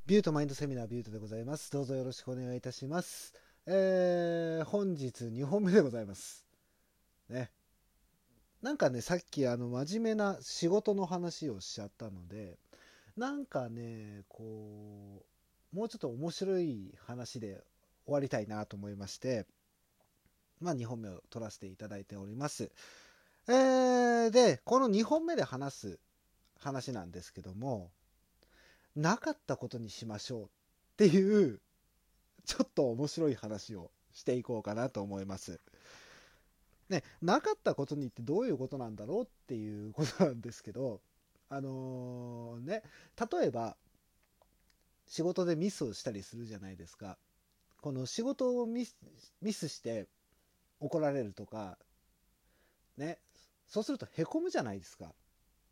ビュートマインドセミナービュートでございます。どうぞよろしくお願いいたします。本日2本目でございます。ね。なんかね、さっき真面目な仕事の話をしちゃったので、なんかね、もうちょっと面白い話で終わりたいなと思いまして、2本目を取らせていただいております。で、この2本目で話す話なんですけども、なかったことにしましょうっていうちょっと面白い話をしていこうかなと思います。ね、なかったことにってどういうことなんだろうっていうことなんですけど、例えば仕事でミスをしたりするじゃないですか。この仕事をミスして怒られるとか、ね、そうするとへこむじゃないですか。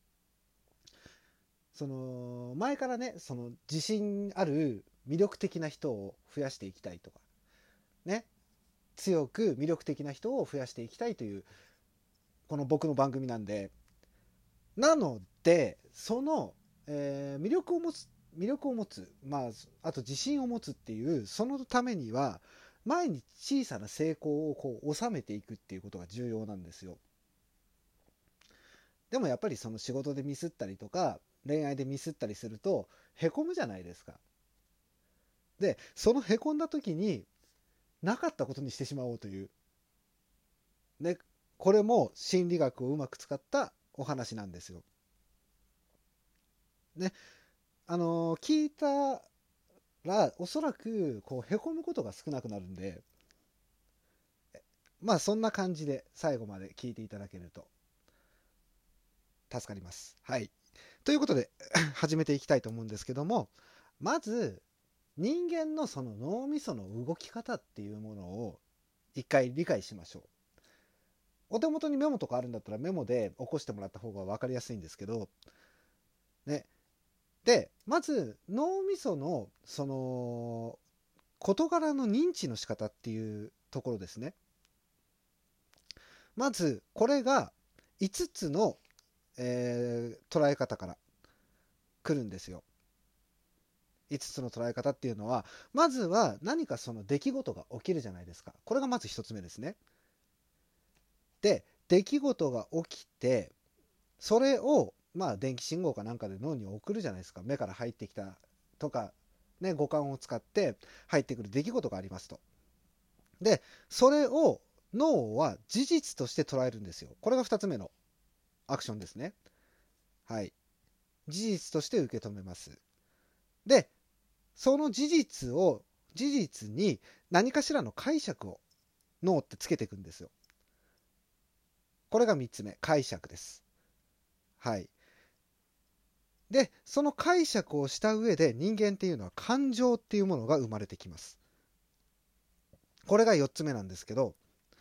前からね、自信ある魅力的な人を増やしていきたいとか、ね、強く魅力的な人を増やしていきたいというこの僕の番組なんで、なので魅力を持つ、あと自信を持つっていうそのためには毎日小さな成功を収めていくっていうことが重要なんですよ。でもやっぱりその仕事でミスったりとか恋愛でミスったりするとへこむじゃないですか。でそのへこんだ時になかったことにしてしまおうというね、これも心理学をうまく使ったお話なんですよ。ね、聞いたらおそらくへこむことが少なくなるんで、そんな感じで最後まで聞いていただけると助かります。はい。ということで始めていきたいと思うんですけども、まず人間のその脳みその動き方っていうものを一回理解しましょう。お手元にメモとかあるんだったらメモで起こしてもらった方が分かりやすいんですけど、ね。で、まず脳みそのその事柄の認知の仕方っていうところですね。まずこれが5つの、捉え方から来るんですよ。5つの捉え方っていうのは、まずは何かその出来事が起きるじゃないですか。これがまず1つ目ですね。で、出来事が起きて、それを電気信号かなんかで脳に送るじゃないですか。目から入ってきたとか、ね、五感を使って入ってくる出来事がありますと。で、それを脳は事実として捉えるんですよ。これが2つ目のアクションですね。はい。事実として受け止めます。で、その事実に何かしらの解釈を脳ってつけていくんですよ。これが3つ目、解釈です。はい。で、その解釈をした上で人間っていうのは感情っていうものが生まれてきます。これが4つ目なんですけど、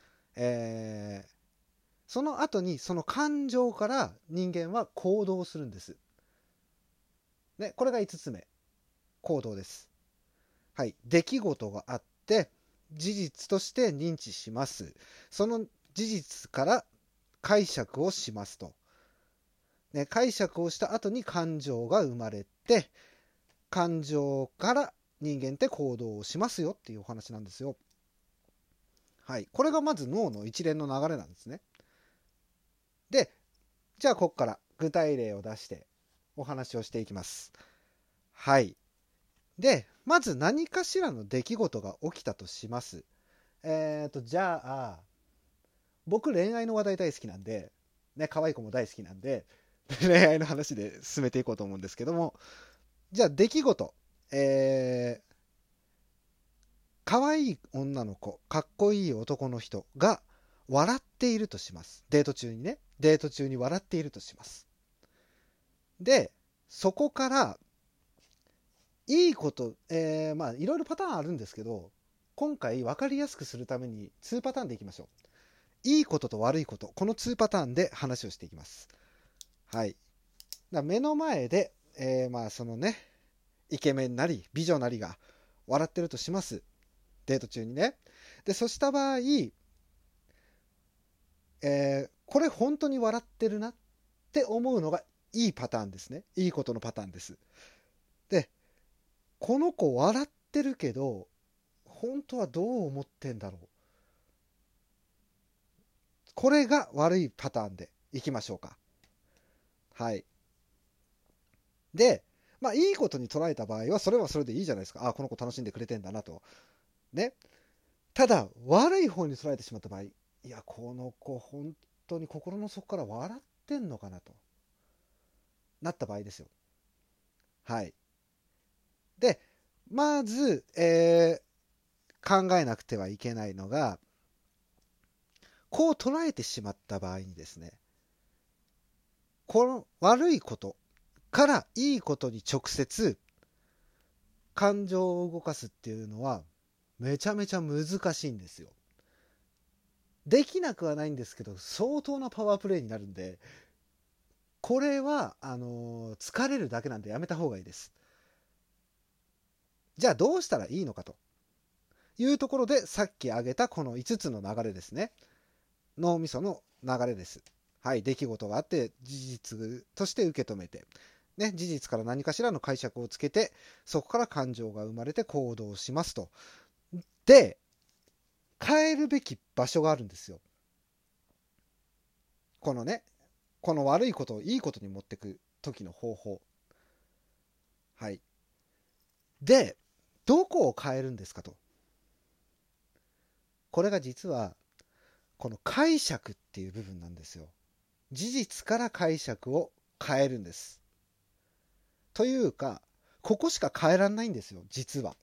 その後にその感情から人間は行動するんです。ね、これが5つ目、行動です。はい。出来事があって、事実として認知します。その事実から解釈をしますと。ね、解釈をした後に感情が生まれて、感情から人間って行動をしますよっていうお話なんですよ。はい。これがまず脳の一連の流れなんですね。で、じゃあここから具体例を出してお話をしていきます。はい。で、まず何かしらの出来事が起きたとします。じゃあ、僕恋愛の話題大好きなんで、ね、可愛い子も大好きなんで、恋愛の話で進めていこうと思うんですけども、じゃあ出来事、可愛い女の子、かっこいい男の人が笑っているとします。デート中に笑っているとします。で、そこから、いいこと、いろいろパターンあるんですけど、今回分かりやすくするために2パターンでいきましょう。いいことと悪いこと、この2パターンで話をしていきます。はい。目の前で、そのね、イケメンなり美女なりが笑ってるとします。デート中にね。で、そうした場合、これ本当に笑ってるなって思うのがいいパターンですね。いいことのパターンです。で、 この子笑ってるけど、本当はどう思ってんだろう。これが悪いパターンでいきましょうか。はい。で、まあ、いいことに捉えた場合は、それはそれでいいじゃないですか。あ、この子楽しんでくれてんだなと。ね。ただ、悪い方に捉えてしまった場合、いや、この子、本当に心の底から笑ってんのかなと。なった場合ですよ。はい。で、まず、考えなくてはいけないのが、こう捉えてしまった場合にですね、この悪いことからいいことに直接感情を動かすっていうのはめちゃめちゃ難しいんですよ。できなくはないんですけど、相当なパワープレイになるんで、これは疲れるだけなんでやめた方がいいです。じゃあどうしたらいいのかというところで、さっき挙げたこの5つの流れですね。脳みその流れです。はい、出来事があって事実として受け止めて、ね、事実から何かしらの解釈をつけて、そこから感情が生まれて行動しますと。で、変えるべき場所があるんですよ。このね、この悪いことをいいことに持っていく時の方法。はい。で、どこを変えるんですかと。これが実は、この解釈っていう部分なんですよ。事実から解釈を変えるんです。というか、ここしか変えられないんですよ、実は。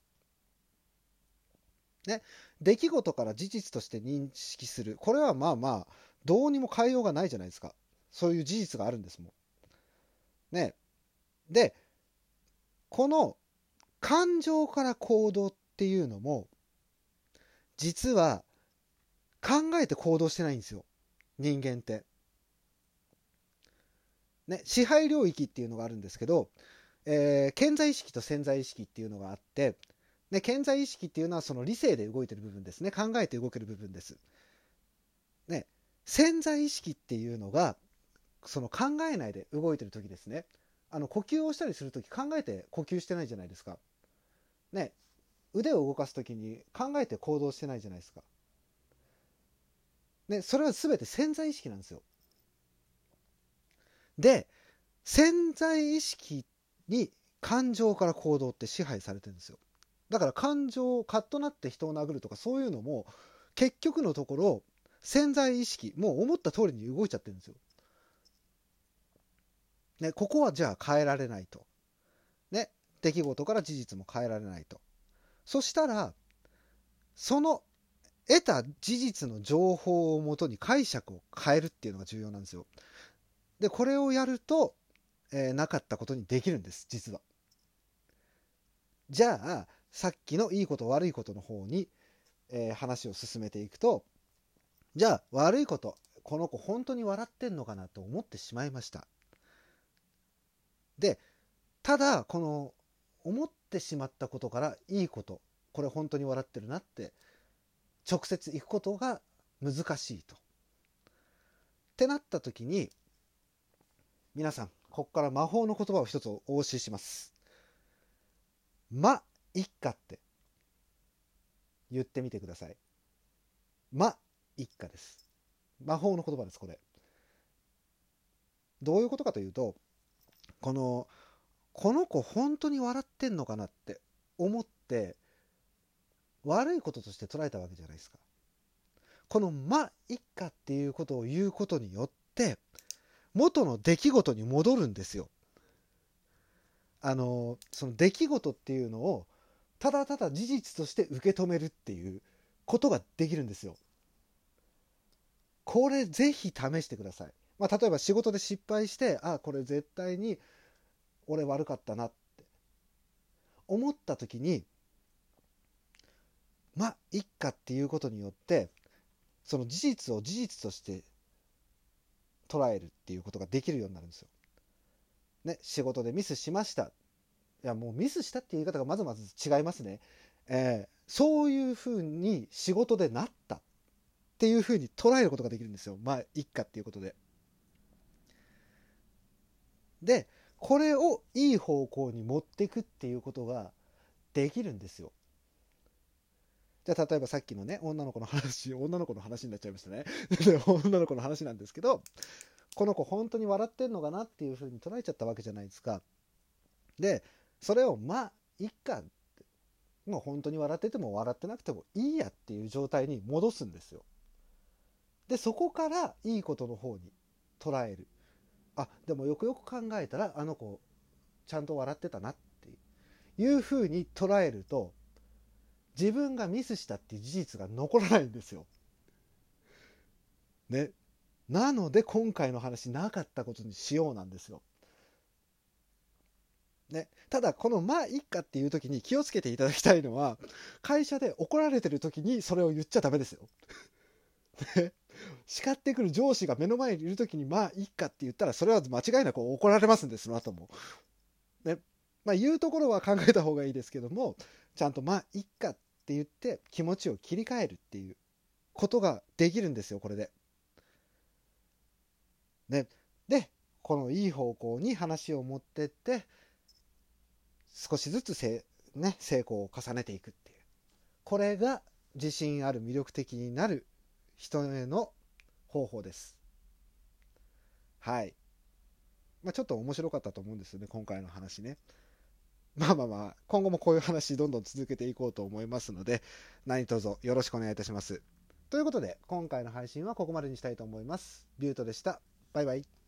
ね。出来事から事実として認識する。これはまあまあ、どうにも変えようがないじゃないですか。そういう事実があるんですもん。ね。で、この感情から行動っていうのも、実は考えて行動してないんですよ。人間って。ね。支配領域っていうのがあるんですけど、顕在意識と潜在意識っていうのがあって、ね、顕在意識っていうのはその理性で動いてる部分ですね。考えて動ける部分です。ね。潜在意識っていうのが、その考えないで動いてる時ですね。呼吸をしたりする時考えて呼吸してないじゃないですか。ね。腕を動かす時に考えて行動してないじゃないですか。ね。それは全て潜在意識なんですよ。で、潜在意識に感情から行動って支配されてるんですよ。だから感情、カッとなって人を殴るとかそういうのも、結局のところ、潜在意識、もう思った通りに動いちゃってるんですよ。ね、ここはじゃあ変えられないと。ね、出来事から事実も変えられないと。そしたら、その得た事実の情報をもとに解釈を変えるっていうのが重要なんですよ。で、これをやると、なかったことにできるんです、実は。じゃあ、さっきのいいこと悪いことの方に、話を進めていくと、じゃあ悪いこと、この子本当に笑ってんのかなと思ってしまいました。で、ただ、この思ってしまったことからいいこと、これ本当に笑ってるなって直接行くことが難しいと。ってなった時に、皆さん、ここから魔法の言葉を一つお教えします。ま、いっかって言ってみてください。ま、いっかです。魔法の言葉です、これ。どういうことかというと、この子本当に笑ってんのかなって思って悪いこととして捉えたわけじゃないですか。このまいっかっていうことを言うことによって元の出来事に戻るんですよ。その出来事っていうのをただただ事実として受け止めるっていうことができるんですよ。これぜひ試してください。まあ、例えば仕事で失敗して、これ絶対に俺悪かったなって思った時に、いっかっていうことによって、その事実を事実として捉えるっていうことができるようになるんですよ。ね、仕事でミスしました。いや、もうミスしたっていう言い方がまずまず違いますね。そういうふうに仕事でなったっていうふうに捉えることができるんですよ。いっかっていうことで。で、これをいい方向に持っていくっていうことができるんですよ。じゃあ例えばさっきのね、女の子の話になっちゃいましたね。女の子の話なんですけど、この子本当に笑ってんのかなっていう風に捉えちゃったわけじゃないですか。で、それをまあいっか、もう本当に笑ってても笑ってなくてもいいやっていう状態に戻すんですよ。で、そこからいいことの方に捉える。あ、でもよくよく考えたらあの子ちゃんと笑ってたなっていう風に捉えると、自分がミスしたっていう事実が残らないんですよ。ね。なので今回の話なかったことにしようなんですよ。ね。ただこのまあいっかっていう時に気をつけていただきたいのは、会社で怒られてる時にそれを言っちゃダメですよ。ね。叱ってくる上司が目の前にいる時にまあいっかって言ったら、それは間違いなく怒られますんで、その後も。ね。まあ言うところは考えた方がいいですけども、ちゃんとまあいっかって言って気持ちを切り替えるっていうことができるんですよ、これで。ね。で、このいい方向に話を持ってって、少しずつ成功を重ねていくっていう。これが自信ある魅力的になる人への方法です。はい。まあ、ちょっと面白かったと思うんですよね、今回の話ね。まあまあまあ、今後もこういう話どんどん続けていこうと思いますので、何卒よろしくお願いいたします。ということで、今回の配信はここまでにしたいと思います。ビュートでした。バイバイ。